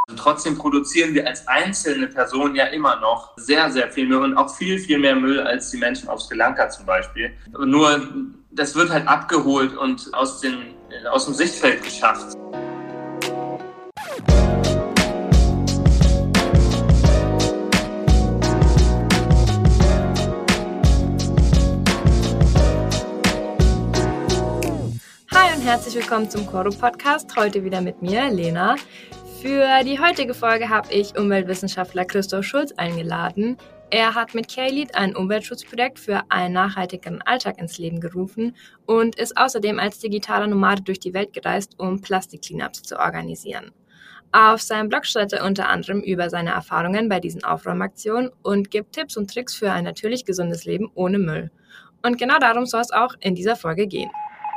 Trotzdem produzieren wir als einzelne Person ja immer noch sehr, sehr viel Müll und auch viel, viel mehr Müll als die Menschen auf Sri Lanka zum Beispiel. Nur das wird halt abgeholt und aus dem Sichtfeld geschafft. Hi und herzlich willkommen zum Coro-Podcast, heute wieder mit mir, Lena. Für die heutige Folge habe ich Umweltwissenschaftler Christoph Schulz eingeladen. Er hat mit K-Lead ein Umweltschutzprojekt für einen nachhaltigeren Alltag ins Leben gerufen und ist außerdem als digitaler Nomade durch die Welt gereist, um Plastik-Cleanups zu organisieren. Auf seinem Blog schreibt er unter anderem über seine Erfahrungen bei diesen Aufräumaktionen und gibt Tipps und Tricks für ein natürlich gesundes Leben ohne Müll. Und genau darum soll es auch in dieser Folge gehen.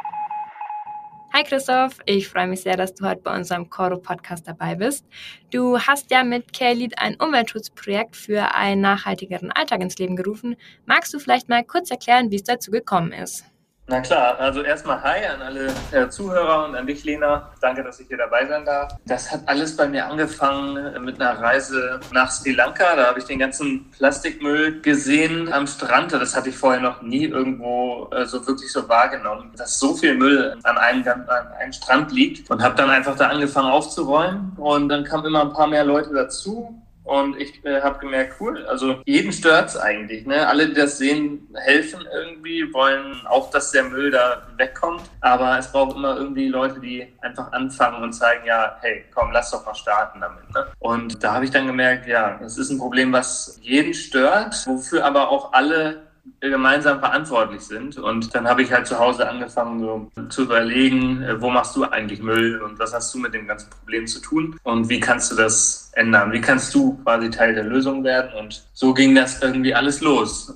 Hi Christoph, ich freue mich sehr, dass du heute bei unserem Coro-Podcast dabei bist. Du hast ja mit K-Lead ein Umweltschutzprojekt für einen nachhaltigeren Alltag ins Leben gerufen. Magst du vielleicht mal kurz erklären, wie es dazu gekommen ist? Na klar, also erstmal Hi an alle Zuhörer und an dich, Lena. Danke, dass ich hier dabei sein darf. Das hat alles bei mir angefangen mit einer Reise nach Sri Lanka. Da habe ich den ganzen Plastikmüll gesehen am Strand. Das hatte ich vorher noch nie irgendwo so wirklich so wahrgenommen, dass so viel Müll an einem Strand liegt. Und habe dann einfach da angefangen aufzuräumen. Und dann kamen immer ein paar mehr Leute dazu. Und ich habe gemerkt, cool, also jeden stört's eigentlich, ne? Alle, die das sehen, helfen irgendwie, wollen auch, dass der Müll da wegkommt. Aber es braucht immer irgendwie Leute, die einfach anfangen und zeigen, ja, hey, komm, lass doch mal starten damit, ne? Und da habe ich dann gemerkt, ja, das ist ein Problem, was jeden stört, wofür aber auch alle gemeinsam verantwortlich sind. Und dann habe ich halt zu Hause angefangen so zu überlegen, wo machst du eigentlich Müll und was hast du mit dem ganzen Problem zu tun und wie kannst du das ändern? Wie kannst du quasi Teil der Lösung werden? Und so ging das irgendwie alles los.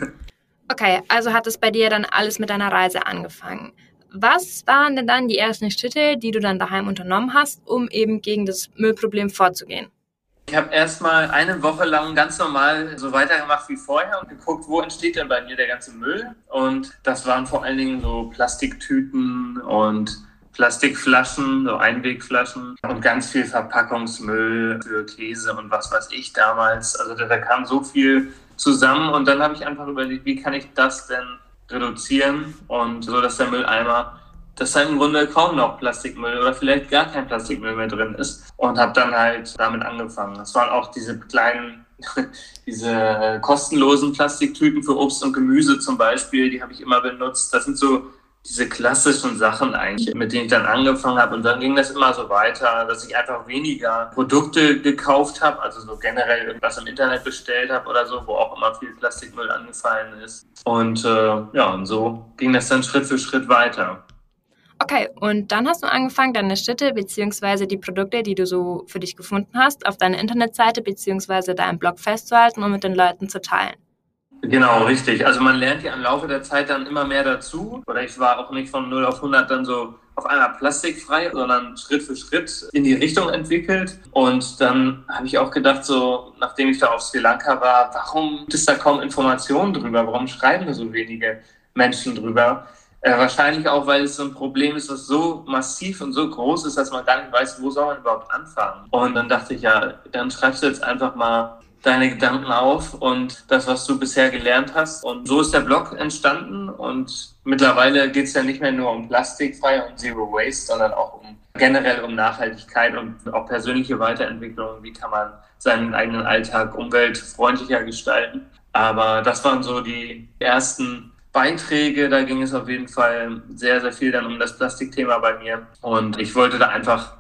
Okay, also hat es bei dir dann alles mit deiner Reise angefangen. Was waren denn dann die ersten Schritte, die du dann daheim unternommen hast, um eben gegen das Müllproblem vorzugehen? Ich habe erstmal eine Woche lang ganz normal so weitergemacht wie vorher und geguckt, wo entsteht denn bei mir der ganze Müll. Und das waren vor allen Dingen so Plastiktüten und Plastikflaschen, so Einwegflaschen und ganz viel Verpackungsmüll für Käse und was weiß ich damals. Also da kam so viel zusammen und dann habe ich einfach überlegt, wie kann ich das denn reduzieren und so, dass der Mülleimer, dass da im Grunde kaum noch Plastikmüll oder vielleicht gar kein Plastikmüll mehr drin ist und habe dann halt damit angefangen. Das waren auch diese kleinen, diese kostenlosen Plastiktüten für Obst und Gemüse zum Beispiel, die habe ich immer benutzt. Das sind so diese klassischen Sachen eigentlich, mit denen ich dann angefangen habe. Und dann ging das immer so weiter, dass ich einfach weniger Produkte gekauft habe, also so generell irgendwas im Internet bestellt habe oder so, wo auch immer viel Plastikmüll angefallen ist. Und und so ging das dann Schritt für Schritt weiter. Okay, und dann hast du angefangen, deine Schritte bzw. die Produkte, die du so für dich gefunden hast, auf deiner Internetseite bzw. deinem Blog festzuhalten und mit den Leuten zu teilen. Genau, richtig. Also man lernt ja im Laufe der Zeit dann immer mehr dazu. Oder ich war auch nicht von 0 auf 100 dann so auf einmal plastikfrei, sondern Schritt für Schritt in die Richtung entwickelt. Und dann habe ich auch gedacht, so nachdem ich da auf Sri Lanka war, warum gibt es da kaum Informationen drüber? Warum schreiben da so wenige Menschen drüber? Wahrscheinlich auch, weil es so ein Problem ist, das so massiv und so groß ist, dass man gar nicht weiß, wo soll man überhaupt anfangen. Und dann dachte ich, ja, dann schreibst du jetzt einfach mal deine Gedanken auf und das, was du bisher gelernt hast. Und so ist der Blog entstanden und mittlerweile geht es ja nicht mehr nur um plastikfrei und Zero Waste, sondern auch generell um Nachhaltigkeit und auch persönliche Weiterentwicklung. Wie kann man seinen eigenen Alltag umweltfreundlicher gestalten? Aber das waren so die ersten Beiträge, da ging es auf jeden Fall sehr, sehr viel dann um das Plastikthema bei mir. Und ich wollte da einfach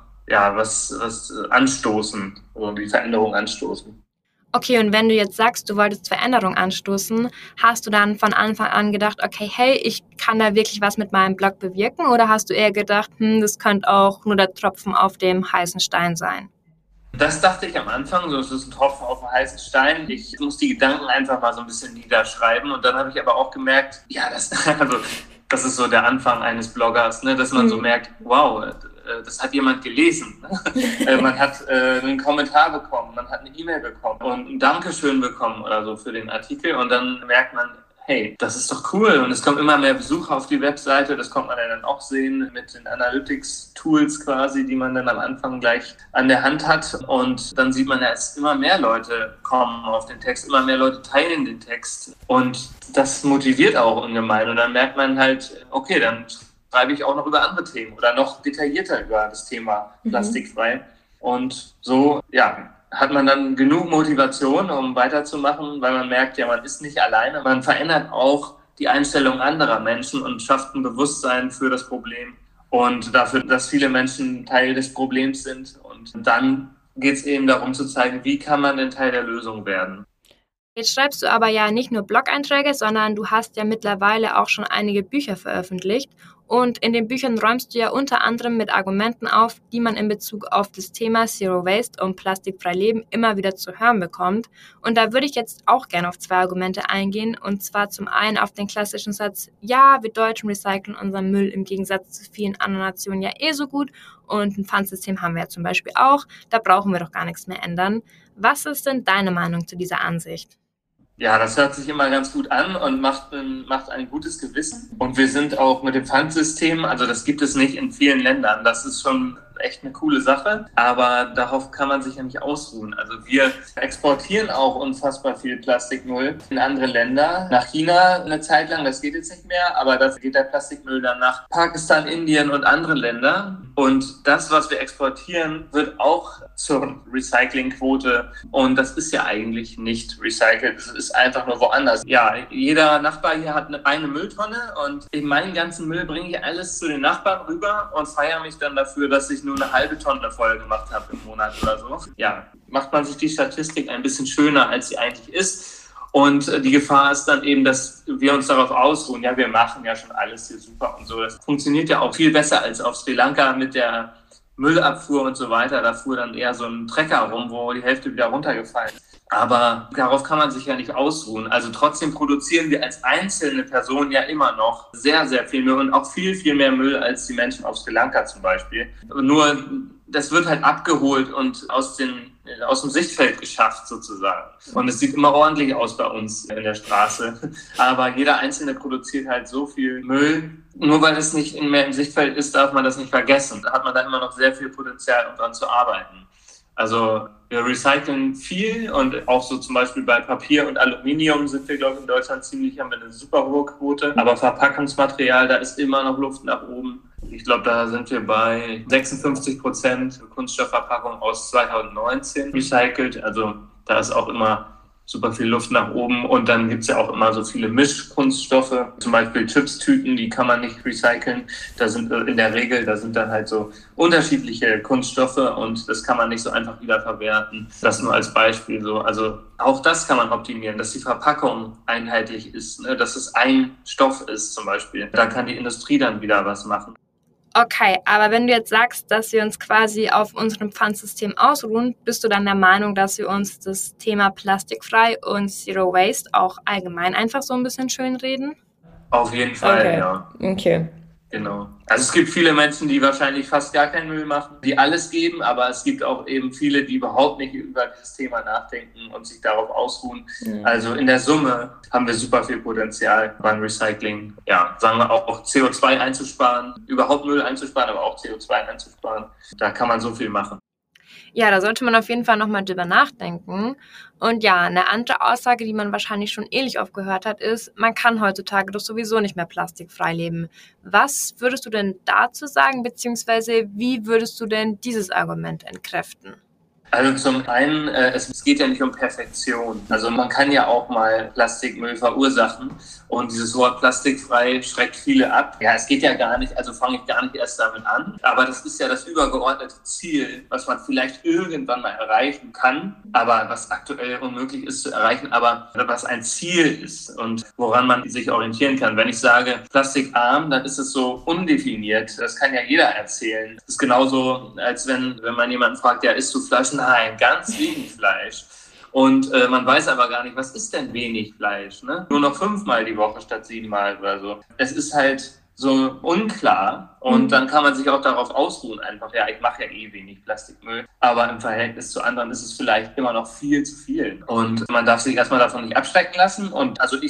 was anstoßen, also die Veränderung anstoßen. Okay, und wenn du jetzt sagst, du wolltest Veränderung anstoßen, hast du dann von Anfang an gedacht, okay, hey, ich kann da wirklich was mit meinem Blog bewirken? Oder hast du eher gedacht, das könnte auch nur der Tropfen auf dem heißen Stein sein? Das dachte ich am Anfang, so es ist ein Tropfen auf dem heißen Stein. Ich muss die Gedanken einfach mal so ein bisschen niederschreiben. Und dann habe ich aber auch gemerkt, ja, das ist so der Anfang eines Bloggers, ne, dass man so merkt, wow, das hat jemand gelesen. Ne? Man hat einen Kommentar bekommen, man hat eine E-Mail bekommen und ein Dankeschön bekommen oder so für den Artikel. Und dann merkt man, hey, das ist doch cool. Und es kommen immer mehr Besucher auf die Webseite. Das kommt man ja dann auch sehen mit den Analytics-Tools quasi, die man dann am Anfang gleich an der Hand hat. Und dann sieht man ja, dass immer mehr Leute kommen auf den Text, immer mehr Leute teilen den Text. Und das motiviert auch ungemein. Und dann merkt man halt, okay, dann schreibe ich auch noch über andere Themen oder noch detaillierter über das Thema plastikfrei. Und so, ja, hat man dann genug Motivation, um weiterzumachen, weil man merkt, ja, man ist nicht alleine. Man verändert auch die Einstellung anderer Menschen und schafft ein Bewusstsein für das Problem und dafür, dass viele Menschen Teil des Problems sind. Und dann geht es eben darum zu zeigen, wie kann man denn Teil der Lösung werden. Jetzt schreibst du aber ja nicht nur Blog-Einträge, sondern du hast ja mittlerweile auch schon einige Bücher veröffentlicht. Und in den Büchern räumst du ja unter anderem mit Argumenten auf, die man in Bezug auf das Thema Zero Waste und plastikfrei Leben immer wieder zu hören bekommt. Und da würde ich jetzt auch gerne auf 2 Argumente eingehen. Und zwar zum einen auf den klassischen Satz, ja, wir Deutschen recyceln unseren Müll im Gegensatz zu vielen anderen Nationen ja so gut. Und ein Pfandsystem haben wir ja zum Beispiel auch. Da brauchen wir doch gar nichts mehr ändern. Was ist denn deine Meinung zu dieser Ansicht? Ja, das hört sich immer ganz gut an und macht ein gutes Gewissen. Und wir sind auch mit dem Pfandsystem, also das gibt es nicht in vielen Ländern. Das ist schon echt eine coole Sache, aber darauf kann man sich ja nicht ausruhen. Also wir exportieren auch unfassbar viel Plastikmüll in andere Länder. Nach China eine Zeit lang, das geht jetzt nicht mehr, aber dafür geht der Plastikmüll dann nach Pakistan, Indien und andere Länder. Und das, was wir exportieren, wird auch zur Recyclingquote. Und das ist ja eigentlich nicht recycelt. Es ist einfach nur woanders. Ja, jeder Nachbar hier hat eine Mülltonne und in meinen ganzen Müll bringe ich alles zu den Nachbarn rüber und feiere mich dann dafür, dass ich nur eine halbe Tonne voll gemacht habe im Monat oder so. Ja, macht man sich die Statistik ein bisschen schöner, als sie eigentlich ist. Und die Gefahr ist dann eben, dass wir uns darauf ausruhen, ja, wir machen ja schon alles hier super und so. Das funktioniert ja auch viel besser als auf Sri Lanka mit der Müllabfuhr und so weiter. Da fuhr dann eher so ein Trecker rum, wo die Hälfte wieder runtergefallen ist. Aber darauf kann man sich ja nicht ausruhen. Also trotzdem produzieren wir als einzelne Person ja immer noch sehr, sehr viel Müll und auch viel, viel mehr Müll als die Menschen auf Sri Lanka zum Beispiel. Nur das wird halt abgeholt und aus dem Sichtfeld geschafft sozusagen. Und es sieht immer ordentlich aus bei uns in der Straße. Aber jeder Einzelne produziert halt so viel Müll. Nur weil es nicht mehr im Sichtfeld ist, darf man das nicht vergessen. Da hat man dann immer noch sehr viel Potenzial, um dran zu arbeiten. Also wir recyceln viel und auch so zum Beispiel bei Papier und Aluminium sind wir, glaube ich, in Deutschland haben wir eine super hohe Quote. Aber Verpackungsmaterial, da ist immer noch Luft nach oben. Ich glaube, da sind wir bei 56% Kunststoffverpackung aus 2019 recycelt. Also da ist auch immer super viel Luft nach oben. Und dann gibt es ja auch immer so viele Mischkunststoffe, zum Beispiel Chipstüten, die kann man nicht recyceln. Da sind in der Regel, da sind dann halt so unterschiedliche Kunststoffe und das kann man nicht so einfach wiederverwerten. Das nur als Beispiel so. Also auch das kann man optimieren, dass die Verpackung einheitlich ist, ne? Dass es ein Stoff ist zum Beispiel. Da kann die Industrie dann wieder was machen. Okay, aber wenn du jetzt sagst, dass wir uns quasi auf unserem Pfandsystem ausruhen, bist du dann der Meinung, dass wir uns das Thema plastikfrei und Zero Waste auch allgemein einfach so ein bisschen schönreden? Auf jeden Fall, okay. Ja. Okay. Genau. Also es gibt viele Menschen, die wahrscheinlich fast gar keinen Müll machen, die alles geben, aber es gibt auch eben viele, die überhaupt nicht über das Thema nachdenken und sich darauf ausruhen. Mhm. Also in der Summe haben wir super viel Potenzial beim Recycling. Ja, sagen wir auch CO2 einzusparen, überhaupt Müll einzusparen, aber auch CO2 einzusparen. Da kann man so viel machen. Ja, da sollte man auf jeden Fall nochmal drüber nachdenken. Und ja, eine andere Aussage, die man wahrscheinlich schon ähnlich oft gehört hat, ist, man kann heutzutage doch sowieso nicht mehr plastikfrei leben. Was würdest du denn dazu sagen, beziehungsweise wie würdest du denn dieses Argument entkräften? Also zum einen, es geht ja nicht um Perfektion. Also man kann ja auch mal Plastikmüll verursachen und dieses Wort plastikfrei schreckt viele ab. Ja, es geht ja gar nicht, also fange ich gar nicht erst damit an. Aber das ist ja das übergeordnete Ziel, was man vielleicht irgendwann mal erreichen kann, aber was aktuell unmöglich ist zu erreichen, aber was ein Ziel ist und woran man sich orientieren kann. Wenn ich sage plastikarm, dann ist es so undefiniert. Das kann ja jeder erzählen. Das ist genauso, als wenn man jemanden fragt, ja, isst du Fleisch? Nein, ganz wenig Fleisch. Und man weiß aber gar nicht, was ist denn wenig Fleisch? Ne? Nur noch 5-mal die Woche statt 7-mal oder so. Es ist halt so unklar und dann kann man sich auch darauf ausruhen einfach. Ja, ich mache ja wenig Plastikmüll, aber im Verhältnis zu anderen ist es vielleicht immer noch viel zu viel. Und man darf sich erstmal davon nicht abschrecken lassen. Und also ich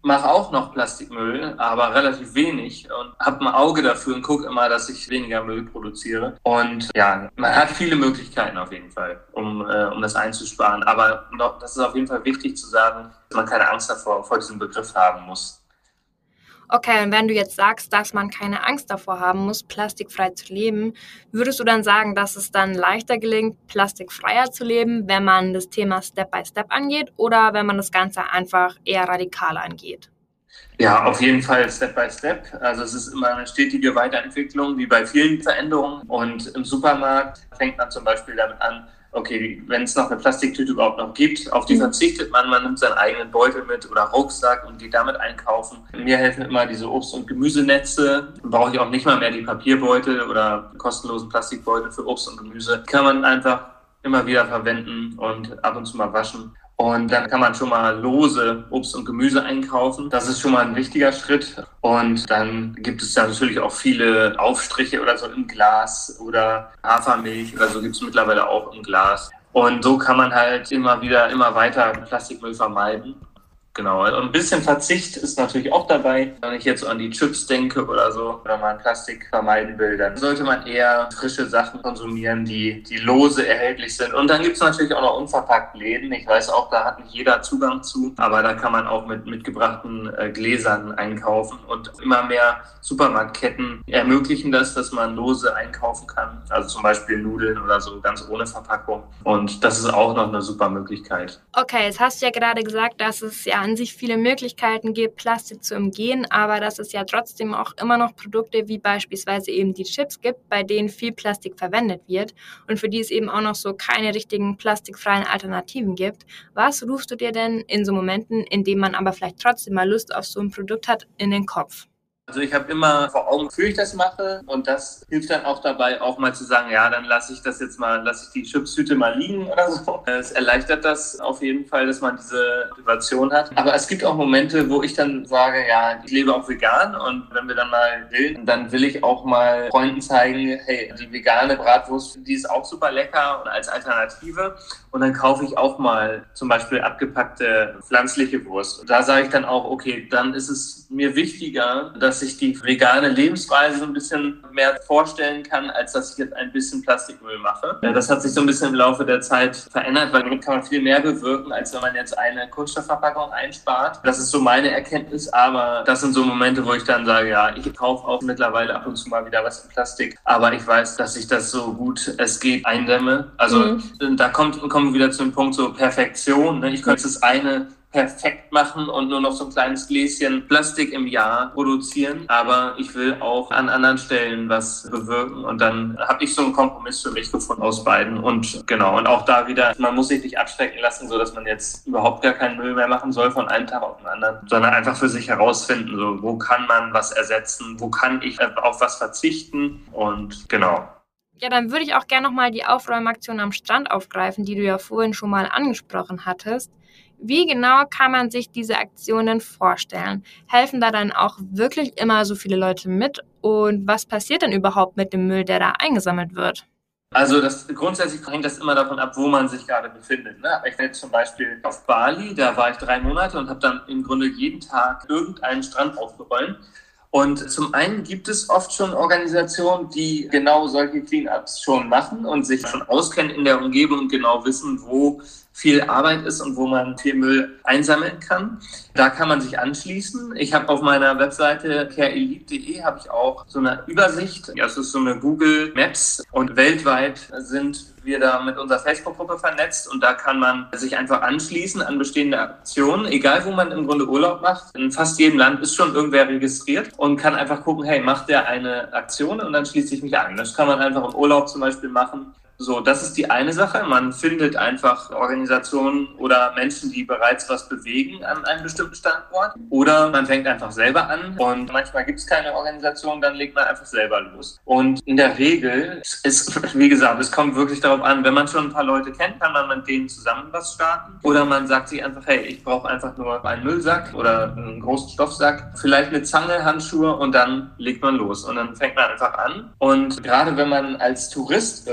mache auch noch Plastikmüll, aber relativ wenig und habe ein Auge dafür und gucke immer, dass ich weniger Müll produziere. Und ja, man hat viele Möglichkeiten auf jeden Fall, um das einzusparen. Aber das ist auf jeden Fall wichtig zu sagen, dass man keine Angst vor diesem Begriff haben muss. Okay, und wenn du jetzt sagst, dass man keine Angst davor haben muss, plastikfrei zu leben, würdest du dann sagen, dass es dann leichter gelingt, plastikfreier zu leben, wenn man das Thema Step by Step angeht oder wenn man das Ganze einfach eher radikal angeht? Ja, auf jeden Fall Step by Step. Also es ist immer eine stetige Weiterentwicklung, wie bei vielen Veränderungen. Und im Supermarkt fängt man zum Beispiel damit an, okay, wenn es noch eine Plastiktüte überhaupt noch gibt, auf die verzichtet man nimmt seinen eigenen Beutel mit oder Rucksack und geht damit einkaufen. Mir helfen immer diese Obst- und Gemüsenetze. Dann brauche ich auch nicht mal mehr die Papierbeutel oder kostenlosen Plastikbeutel für Obst und Gemüse. Die kann man einfach immer wieder verwenden und ab und zu mal waschen. Und dann kann man schon mal lose Obst und Gemüse einkaufen. Das ist schon mal ein wichtiger Schritt. Und dann gibt es da natürlich auch viele Aufstriche oder so im Glas oder Hafermilch oder so gibt es mittlerweile auch im Glas. Und so kann man halt immer weiter Plastikmüll vermeiden. Genau, und ein bisschen Verzicht ist natürlich auch dabei. Wenn ich jetzt so an die Chips denke oder so, wenn man Plastik vermeiden will, dann sollte man eher frische Sachen konsumieren, die lose erhältlich sind. Und dann gibt es natürlich auch noch unverpackt Läden. Ich weiß auch, da hat nicht jeder Zugang zu, aber da kann man auch mit mitgebrachten Gläsern einkaufen. Und immer mehr Supermarktketten ermöglichen das, dass man lose einkaufen kann. Also zum Beispiel Nudeln oder so, ganz ohne Verpackung. Und das ist auch noch eine super Möglichkeit. Okay, jetzt hast du ja gerade gesagt, dass es ja an sich viele Möglichkeiten gibt, Plastik zu umgehen, aber dass es ja trotzdem auch immer noch Produkte wie beispielsweise eben die Chips gibt, bei denen viel Plastik verwendet wird und für die es eben auch noch so keine richtigen plastikfreien Alternativen gibt. Was rufst du dir denn in so Momenten, in denen man aber vielleicht trotzdem mal Lust auf so ein Produkt hat, in den Kopf? Also ich habe immer vor Augen, wofür ich das mache und das hilft dann auch dabei, auch mal zu sagen, ja, dann lasse ich die Chipstüte mal liegen oder so. Es erleichtert das auf jeden Fall, dass man diese Motivation hat. Aber es gibt auch Momente, wo ich dann sage, ja, ich lebe auch vegan und wenn wir dann mal grillen, dann will ich auch mal Freunden zeigen, hey, die vegane Bratwurst, die ist auch super lecker und als Alternative. Und dann kaufe ich auch mal zum Beispiel abgepackte pflanzliche Wurst. Und da sage ich dann auch, okay, dann ist es mir wichtiger, dass ich die vegane Lebensweise so ein bisschen mehr vorstellen kann, als dass ich jetzt ein bisschen Plastikmüll mache. Das hat sich so ein bisschen im Laufe der Zeit verändert, weil damit kann man viel mehr bewirken, als wenn man jetzt eine Kunststoffverpackung einspart. Das ist so meine Erkenntnis, aber das sind so Momente, wo ich dann sage, ja, ich kaufe auch mittlerweile ab und zu mal wieder was in Plastik, aber ich weiß, dass ich das so gut es geht eindämme. Also da kommen wir wieder zu dem Punkt so Perfektion. Ich könnte das eine perfekt machen und nur noch so ein kleines Gläschen Plastik im Jahr produzieren. Aber ich will auch an anderen Stellen was bewirken. Und dann habe ich so einen Kompromiss für mich gefunden aus beiden. Und genau, und auch da wieder, man muss sich nicht abschrecken lassen, so dass man jetzt überhaupt gar keinen Müll mehr machen soll von einem Tag auf den anderen, sondern einfach für sich herausfinden, so wo kann man was ersetzen, wo kann ich auf was verzichten und genau. Ja, dann würde ich auch gerne nochmal die Aufräumaktion am Strand aufgreifen, die du ja vorhin schon mal angesprochen hattest. Wie genau kann man sich diese Aktionen vorstellen? Helfen da dann auch wirklich immer so viele Leute mit? Und was passiert denn überhaupt mit dem Müll, der da eingesammelt wird? Also grundsätzlich hängt das immer davon ab, wo man sich gerade befindet. Ich bin jetzt zum Beispiel auf Bali, da war ich 3 Monate und habe dann im Grunde jeden Tag irgendeinen Strand aufgeräumt. Und zum einen gibt es oft schon Organisationen, die genau solche Cleanups schon machen und sich schon auskennen in der Umgebung und genau wissen, wo viel Arbeit ist und wo man viel Müll einsammeln kann. Da kann man sich anschließen. Ich habe auf meiner Webseite careelite.de habe ich auch so eine Übersicht. Das ist so eine Google Maps und weltweit sind wir da mit unserer Facebook-Gruppe vernetzt und da kann man sich einfach anschließen an bestehende Aktionen, egal wo man im Grunde Urlaub macht. In fast jedem Land ist schon irgendwer registriert und kann einfach gucken, hey, macht der eine Aktion und dann schließe ich mich an. Das kann man einfach im Urlaub zum Beispiel machen. So, das ist die eine Sache. Man findet einfach Organisationen oder Menschen, die bereits was bewegen an einem bestimmten Standort. Oder man fängt einfach selber an und manchmal gibt es keine Organisation, dann legt man einfach selber los. Und in der Regel ist, wie gesagt, es kommt wirklich darauf an, wenn man schon ein paar Leute kennt, kann man mit denen zusammen was starten. Oder man sagt sich einfach, hey, ich brauche einfach nur einen Müllsack oder einen großen Stoffsack, vielleicht eine Zange, Handschuhe und dann legt man los. Und dann fängt man einfach an. Und gerade wenn man als Tourist irgendwo ist,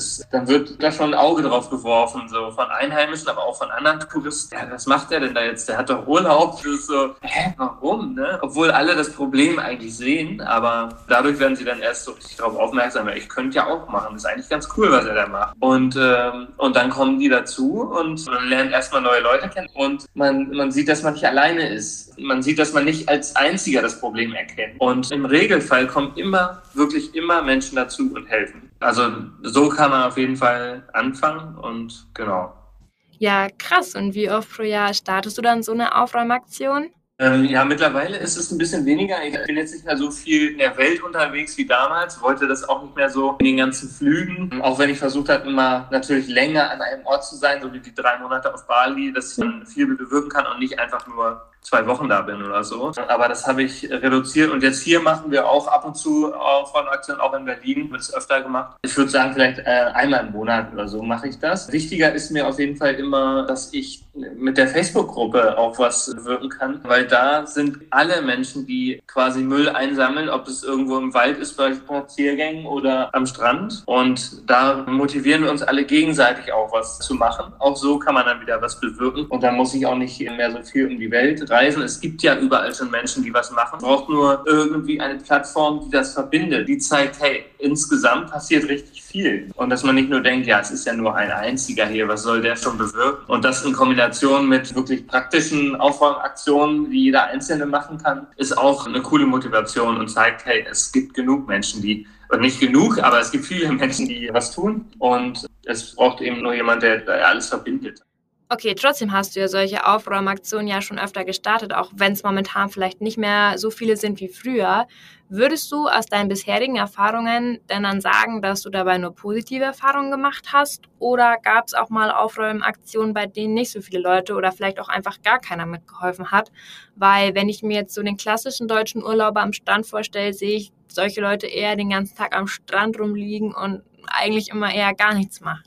ist, dann wird da schon ein Auge drauf geworfen, so von Einheimischen, aber auch von anderen Touristen. Ja, was macht der denn da jetzt? Der hat doch Urlaub. Das ist so, warum, ne? Obwohl alle das Problem eigentlich sehen, aber dadurch werden sie dann erst so richtig darauf aufmerksam, ja, ich könnte ja auch machen. Das ist eigentlich ganz cool, was er da macht. Und dann kommen die dazu und man lernt erstmal neue Leute kennen und man sieht, dass man nicht alleine ist. Man sieht, dass man nicht als Einziger das Problem erkennt. Und im Regelfall kommen wirklich immer Menschen dazu und helfen. Also so kann man auf jeden Fall anfangen und genau. Ja, krass. Und wie oft pro Jahr startest du dann so eine Aufräumaktion? Ja, mittlerweile ist es ein bisschen weniger. Ich bin jetzt nicht mehr so viel in der Welt unterwegs wie damals, wollte das auch nicht mehr so in den ganzen Flügen. Auch wenn ich versucht habe, immer natürlich länger an einem Ort zu sein, so wie die 3 Monate auf Bali, dass ich dann viel bewirken kann und nicht einfach nur 2 Wochen da bin oder so. Aber das habe ich reduziert und jetzt hier machen wir auch ab und zu Aufräumaktionen, auch in Berlin wird es öfter gemacht. Ich würde sagen, vielleicht einmal im Monat oder so mache ich das. Wichtiger ist mir auf jeden Fall immer, dass ich mit der Facebook-Gruppe auch was bewirken kann, weil da sind alle Menschen, die quasi Müll einsammeln, ob es irgendwo im Wald ist bei Spaziergängen oder am Strand. Und da motivieren wir uns alle gegenseitig auch was zu machen. Auch so kann man dann wieder was bewirken und dann muss ich auch nicht mehr so viel um die Welt reisen. Es gibt ja überall schon Menschen, die was machen. Man braucht nur irgendwie eine Plattform, die das verbindet, die zeigt, hey, insgesamt passiert richtig viel. Und dass man nicht nur denkt, ja, es ist ja nur ein einziger hier, was soll der schon bewirken? Und das in Kombination mit wirklich praktischen Aufräumaktionen, die jeder Einzelne machen kann, ist auch eine coole Motivation und zeigt, hey, es gibt genug Menschen, die, oder nicht genug, aber es gibt viele Menschen, die was tun. Und es braucht eben nur jemand, der alles verbindet. Okay, trotzdem hast du ja solche Aufräumaktionen ja schon öfter gestartet, auch wenn es momentan vielleicht nicht mehr so viele sind wie früher. Würdest du aus deinen bisherigen Erfahrungen denn dann sagen, dass du dabei nur positive Erfahrungen gemacht hast? Oder gab es auch mal Aufräumaktionen, bei denen nicht so viele Leute oder vielleicht auch einfach gar keiner mitgeholfen hat? Weil wenn ich mir jetzt so den klassischen deutschen Urlauber am Strand vorstelle, sehe ich solche Leute eher den ganzen Tag am Strand rumliegen und eigentlich immer eher gar nichts machen.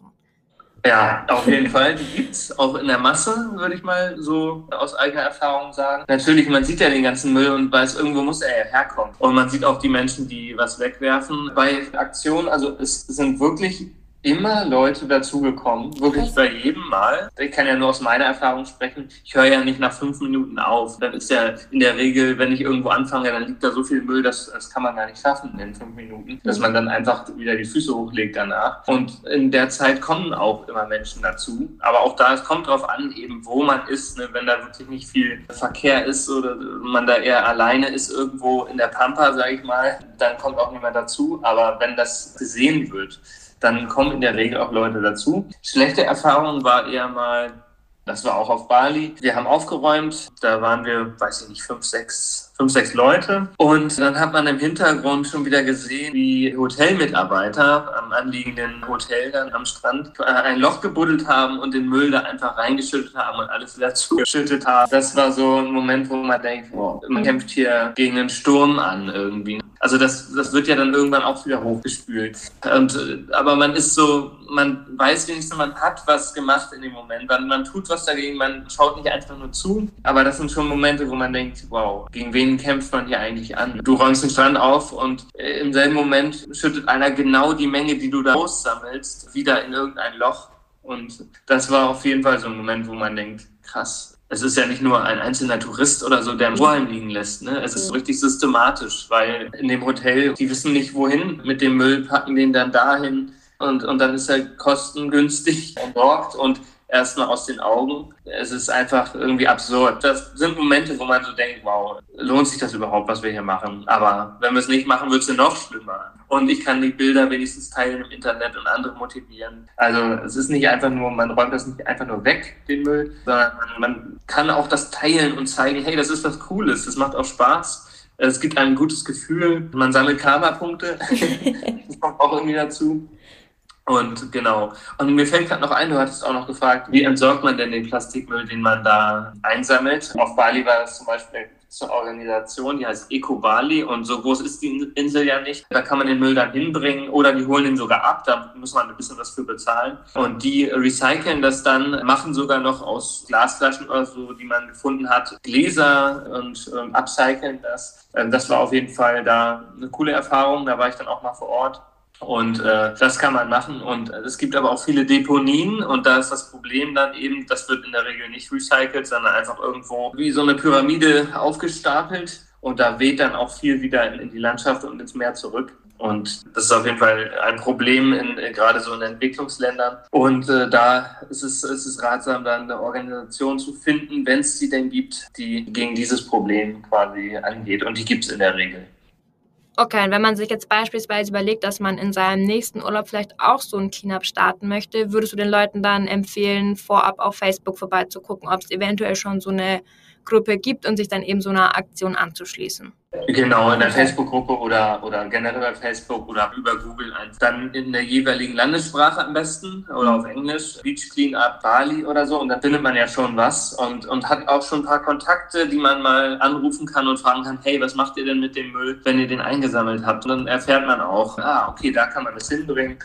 Ja, auf jeden Fall. Die gibt's auch in der Masse, würde ich mal so aus eigener Erfahrung sagen. Natürlich, man sieht ja den ganzen Müll und weiß, irgendwo muss er ja herkommen. Und man sieht auch die Menschen, die was wegwerfen. Bei Aktionen, also es sind wirklich immer Leute dazugekommen, wirklich bei jedem Mal. Ich kann ja nur aus meiner Erfahrung sprechen. Ich höre ja nicht nach 5 Minuten auf. Dann ist ja in der Regel, wenn ich irgendwo anfange, dann liegt da so viel Müll, das kann man gar nicht schaffen in 5 Minuten, dass man dann einfach wieder die Füße hochlegt danach. Und in der Zeit kommen auch immer Menschen dazu. Aber auch da, es kommt drauf an, eben wo man ist, ne? Wenn da wirklich nicht viel Verkehr ist oder man da eher alleine ist irgendwo in der Pampa, sage ich mal, dann kommt auch niemand dazu. Aber wenn das gesehen wird, dann kommen in der Regel auch Leute dazu. Schlechte Erfahrung war eher mal, das war auch auf Bali. Wir haben aufgeräumt, da waren wir, weiß ich nicht, 5, 6 Leute. Und dann hat man im Hintergrund schon wieder gesehen, wie Hotelmitarbeiter am anliegenden Hotel dann am Strand ein Loch gebuddelt haben und den Müll da einfach reingeschüttet haben und alles wieder zugeschüttet haben. Das war so ein Moment, wo man denkt, oh, man kämpft hier gegen einen Sturm an irgendwie. Also das wird ja dann irgendwann auch wieder hochgespült. Aber man ist so, man weiß wenigstens, man hat was gemacht in dem Moment. Man tut was dagegen, man schaut nicht einfach nur zu. Aber das sind schon Momente, wo man denkt, wow, gegen wen kämpft man hier eigentlich an? Du räumst den Strand auf und im selben Moment schüttet einer genau die Menge, die du da aussammelst, wieder in irgendein Loch. Und das war auf jeden Fall so ein Moment, wo man denkt, krass. Es ist ja nicht nur ein einzelner Tourist oder so, der im Strohhalm liegen lässt. Ne? Es ist richtig systematisch, weil in dem Hotel, die wissen nicht wohin mit dem Müll, packen den dann dahin und dann ist er kostengünstig entsorgt und erstmal aus den Augen. Es ist einfach irgendwie absurd. Das sind Momente, wo man so denkt, wow, lohnt sich das überhaupt, was wir hier machen? Aber wenn wir es nicht machen, wird es ja noch schlimmer. Und ich kann die Bilder wenigstens teilen im Internet und andere motivieren. Also es ist nicht einfach nur, man räumt das nicht einfach nur weg, den Müll, sondern man kann auch das teilen und zeigen, hey, das ist was Cooles, das macht auch Spaß. Es gibt ein gutes Gefühl, man sammelt Karma-Punkte. Das kommt auch irgendwie dazu. Und genau. Und mir fällt gerade noch ein, du hattest auch noch gefragt, wie entsorgt man denn den Plastikmüll, den man da einsammelt? Auf Bali war das zum Beispiel eine Organisation, die heißt Eco Bali und so groß ist die Insel ja nicht. Da kann man den Müll dann hinbringen oder die holen ihn sogar ab, da muss man ein bisschen was für bezahlen. Und die recyceln das dann, machen sogar noch aus Glasflaschen oder so, die man gefunden hat, Gläser und upcyclen das. Das war auf jeden Fall da eine coole Erfahrung, da war ich dann auch mal vor Ort. Und das kann man machen. Und es gibt aber auch viele Deponien und da ist das Problem dann eben, das wird in der Regel nicht recycelt, sondern einfach irgendwo wie so eine Pyramide aufgestapelt und da weht dann auch viel wieder in die Landschaft und ins Meer zurück. Und das ist auf jeden Fall ein Problem, gerade so in Entwicklungsländern. Und da ist es ratsam, dann eine Organisation zu finden, wenn es sie denn gibt, die gegen dieses Problem quasi angeht. Und die gibt es in der Regel. Okay, und wenn man sich jetzt beispielsweise überlegt, dass man in seinem nächsten Urlaub vielleicht auch so ein Cleanup starten möchte, würdest du den Leuten dann empfehlen, vorab auf Facebook vorbeizugucken, ob es eventuell schon so eine Gruppe gibt und sich dann eben so einer Aktion anzuschließen? Genau, in der Facebook-Gruppe oder generell bei Facebook oder über Google dann in der jeweiligen Landessprache am besten oder auf Englisch, Beach Cleanup Bali oder so und dann findet man ja schon was und hat auch schon ein paar Kontakte, die man mal anrufen kann und fragen kann, hey, was macht ihr denn mit dem Müll, wenn ihr den eingesammelt habt? Und dann erfährt man auch, okay, da kann man das hinbringen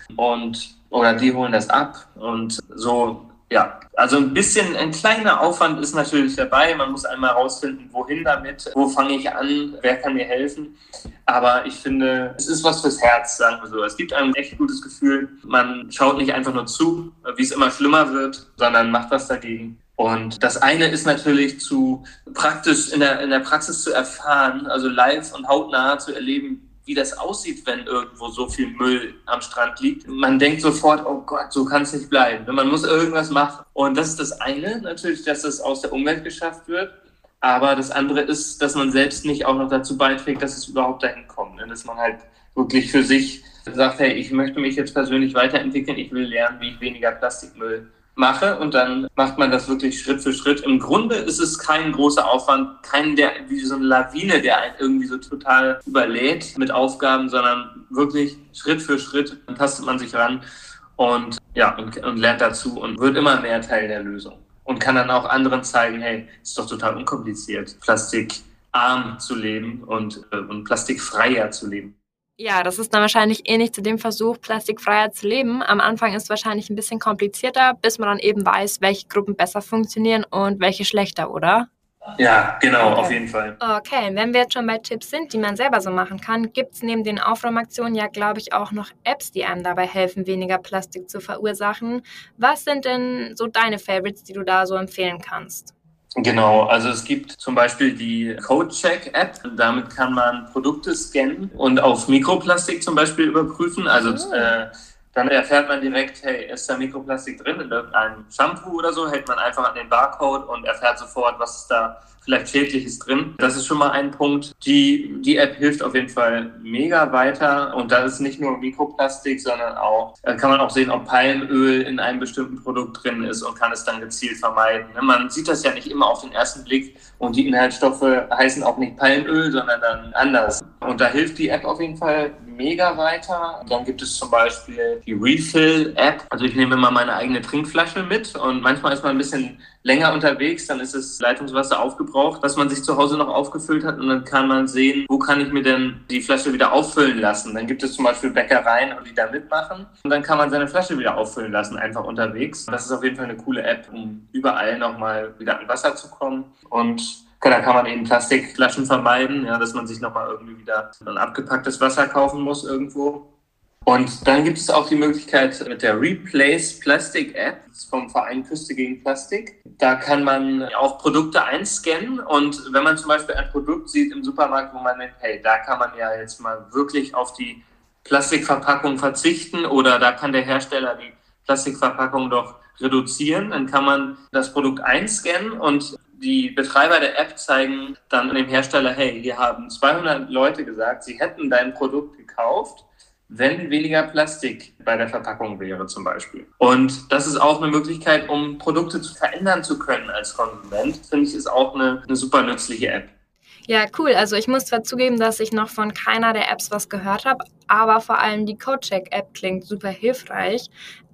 oder die holen das ab und so. Ja, also ein kleiner Aufwand ist natürlich dabei. Man muss einmal rausfinden, wohin damit, wo fange ich an, wer kann mir helfen. Aber ich finde, es ist was fürs Herz, sagen wir so. Es gibt einem ein echt gutes Gefühl. Man schaut nicht einfach nur zu, wie es immer schlimmer wird, sondern macht was dagegen. Und das eine ist natürlich zu praktisch in der Praxis zu erfahren, also live und hautnah zu erleben, wie das aussieht, wenn irgendwo so viel Müll am Strand liegt. Man denkt sofort, oh Gott, so kann es nicht bleiben. Man muss irgendwas machen. Und das ist das eine, natürlich, dass es aus der Umwelt geschafft wird. Aber das andere ist, dass man selbst nicht auch noch dazu beiträgt, dass es überhaupt dahin kommt. Dass man halt wirklich für sich sagt, hey, ich möchte mich jetzt persönlich weiterentwickeln, ich will lernen, wie ich weniger Plastikmüll mache und dann macht man das wirklich Schritt für Schritt. Im Grunde ist es kein großer Aufwand, wie so eine Lawine, der einen irgendwie so total überlädt mit Aufgaben, sondern wirklich Schritt für Schritt tastet man sich ran und lernt dazu und wird immer mehr Teil der Lösung und kann dann auch anderen zeigen, hey, ist doch total unkompliziert, plastikarm zu leben und plastikfreier zu leben. Ja, das ist dann wahrscheinlich ähnlich zu dem Versuch, plastikfreier zu leben. Am Anfang ist es wahrscheinlich ein bisschen komplizierter, bis man dann eben weiß, welche Gruppen besser funktionieren und welche schlechter, oder? Ja, genau, auf jeden Fall. Okay, wenn wir jetzt schon bei Tipps sind, die man selber so machen kann, gibt es neben den Aufräumaktionen ja, glaube ich, auch noch Apps, die einem dabei helfen, weniger Plastik zu verursachen. Was sind denn so deine Favorites, die du da so empfehlen kannst? Genau, also es gibt zum Beispiel die CodeCheck-App. Damit kann man Produkte scannen und auf Mikroplastik zum Beispiel überprüfen. Also dann erfährt man direkt, hey, ist da Mikroplastik drin in irgendeinem Shampoo oder so, hält man einfach an den Barcode und erfährt sofort, was ist da vielleicht Schädliches drin. Das ist schon mal ein Punkt. Die App hilft auf jeden Fall mega weiter und da ist nicht nur Mikroplastik, sondern auch, kann man auch sehen, ob Palmöl in einem bestimmten Produkt drin ist und kann es dann gezielt vermeiden. Man sieht das ja nicht immer auf den ersten Blick und die Inhaltsstoffe heißen auch nicht Palmöl, sondern dann anders. Und da hilft die App auf jeden Fall mega weiter. Dann gibt es zum Beispiel die Refill-App. Also ich nehme immer meine eigene Trinkflasche mit und manchmal ist man ein bisschen länger unterwegs, dann ist das Leitungswasser aufgebraucht, was man sich zu Hause noch aufgefüllt hat und dann kann man sehen, wo kann ich mir denn die Flasche wieder auffüllen lassen. Dann gibt es zum Beispiel Bäckereien, die da mitmachen und dann kann man seine Flasche wieder auffüllen lassen, einfach unterwegs. Das ist auf jeden Fall eine coole App, um überall nochmal wieder an Wasser zu kommen und da kann man eben Plastikflaschen vermeiden, ja, dass man sich nochmal irgendwie wieder ein abgepacktes Wasser kaufen muss irgendwo. Und dann gibt es auch die Möglichkeit mit der Replace Plastic App vom Verein Küste gegen Plastik. Da kann man auch Produkte einscannen und wenn man zum Beispiel ein Produkt sieht im Supermarkt, wo man denkt, hey, da kann man ja jetzt mal wirklich auf die Plastikverpackung verzichten oder da kann der Hersteller die Plastikverpackung doch reduzieren, dann kann man das Produkt einscannen und die Betreiber der App zeigen dann dem Hersteller, hey, hier haben 200 Leute gesagt, sie hätten dein Produkt gekauft, wenn weniger Plastik bei der Verpackung wäre zum Beispiel. Und das ist auch eine Möglichkeit, um Produkte verändern zu können als Konsument. Finde ich, ist auch eine super nützliche App. Ja, cool. Also ich muss zwar zugeben, dass ich noch von keiner der Apps was gehört habe, aber vor allem die CodeCheck-App klingt super hilfreich.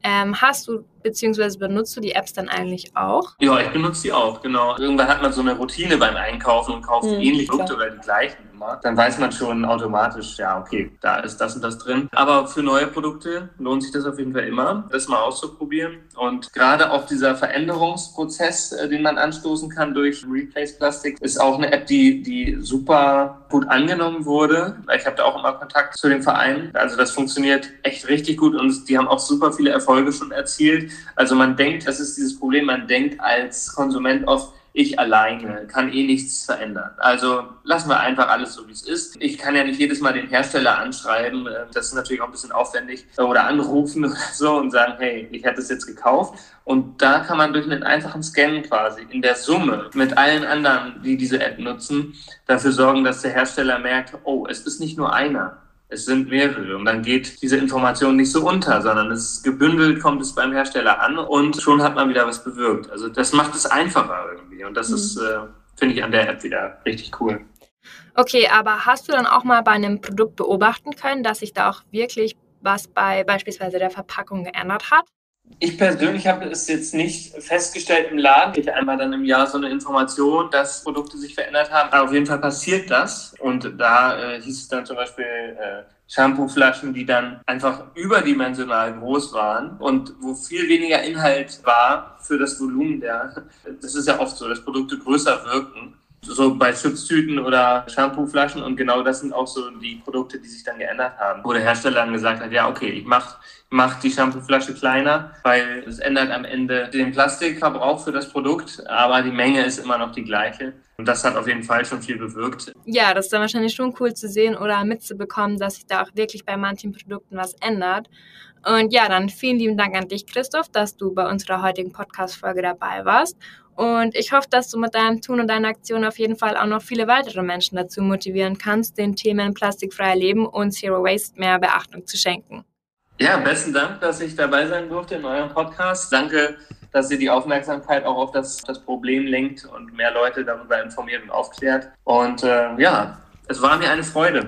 Hast du bzw. benutzt du die Apps dann eigentlich auch? Ja, ich benutze die auch, genau. Irgendwann hat man so eine Routine beim Einkaufen und kauft ähnliche Produkte oder die gleichen immer. Dann weiß man schon automatisch, ja, okay, da ist das und das drin. Aber für neue Produkte lohnt sich das auf jeden Fall immer, das mal auszuprobieren. Und gerade auch dieser Veränderungsprozess, den man anstoßen kann durch Replace Plastic, ist auch eine App, die super gut angenommen wurde. Ich habe da auch immer Kontakt zu dem Verein. Also das funktioniert echt richtig gut und die haben auch super viele Erfolge schon erzielt. Also man denkt, das ist dieses Problem, man denkt als Konsument oft, ich alleine kann nichts verändern. Also lassen wir einfach alles so, wie es ist. Ich kann ja nicht jedes Mal den Hersteller anschreiben. Das ist natürlich auch ein bisschen aufwendig. Oder anrufen oder so und sagen, hey, ich hätte es jetzt gekauft. Und da kann man durch einen einfachen Scan quasi in der Summe mit allen anderen, die diese App nutzen, dafür sorgen, dass der Hersteller merkt, oh, es ist nicht nur einer. Es sind mehrere und dann geht diese Information nicht so unter, sondern es ist gebündelt, kommt es beim Hersteller an und schon hat man wieder was bewirkt. Also das macht es einfacher irgendwie und das ist, finde ich, an der App wieder richtig cool. Okay, aber hast du dann auch mal bei einem Produkt beobachten können, dass sich da auch wirklich was bei beispielsweise der Verpackung geändert hat? Ich persönlich habe es jetzt nicht festgestellt im Laden. Ich einmal dann im Jahr so eine Information, dass Produkte sich verändert haben. Aber auf jeden Fall passiert das. Und da hieß es dann zum Beispiel Shampooflaschen, die dann einfach überdimensional groß waren und wo viel weniger Inhalt war für das Volumen das ist ja oft so, dass Produkte größer wirken. So bei Chipstüten oder Shampooflaschen und genau das sind auch so die Produkte, die sich dann geändert haben. Wo der Hersteller dann gesagt hat, ja okay, ich mach die Shampooflasche kleiner, weil es ändert am Ende den Plastikverbrauch für das Produkt, aber die Menge ist immer noch die gleiche. Und das hat auf jeden Fall schon viel bewirkt. Ja, das ist dann wahrscheinlich schon cool zu sehen oder mitzubekommen, dass sich da auch wirklich bei manchen Produkten was ändert. Und ja, dann vielen lieben Dank an dich, Christoph, dass du bei unserer heutigen Podcast-Folge dabei warst. Und ich hoffe, dass du mit deinem Tun und deiner Aktion auf jeden Fall auch noch viele weitere Menschen dazu motivieren kannst, den Themen plastikfrei Leben und Zero Waste mehr Beachtung zu schenken. Ja, besten Dank, dass ich dabei sein durfte in eurem Podcast. Danke, dass ihr die Aufmerksamkeit auch auf das Problem lenkt und mehr Leute darüber informiert und aufklärt. Und ja, es war mir eine Freude.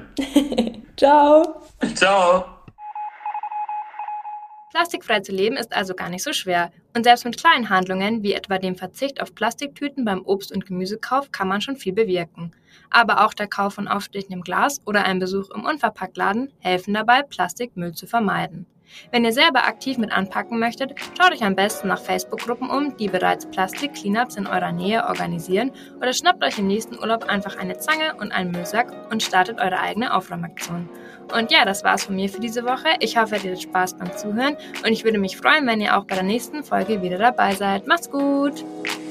Ciao. Ciao. Plastikfrei zu leben ist also gar nicht so schwer. Und selbst mit kleinen Handlungen, wie etwa dem Verzicht auf Plastiktüten beim Obst- und Gemüsekauf, kann man schon viel bewirken. Aber auch der Kauf von aufstechendem Glas oder ein Besuch im Unverpacktladen helfen dabei, Plastikmüll zu vermeiden. Wenn ihr selber aktiv mit anpacken möchtet, schaut euch am besten nach Facebook-Gruppen um, die bereits Plastik-Cleanups in eurer Nähe organisieren oder schnappt euch im nächsten Urlaub einfach eine Zange und einen Müllsack und startet eure eigene Aufräumaktion. Und ja, das war's von mir für diese Woche. Ich hoffe, ihr hattet Spaß beim Zuhören und ich würde mich freuen, wenn ihr auch bei der nächsten Folge wieder dabei seid. Macht's gut!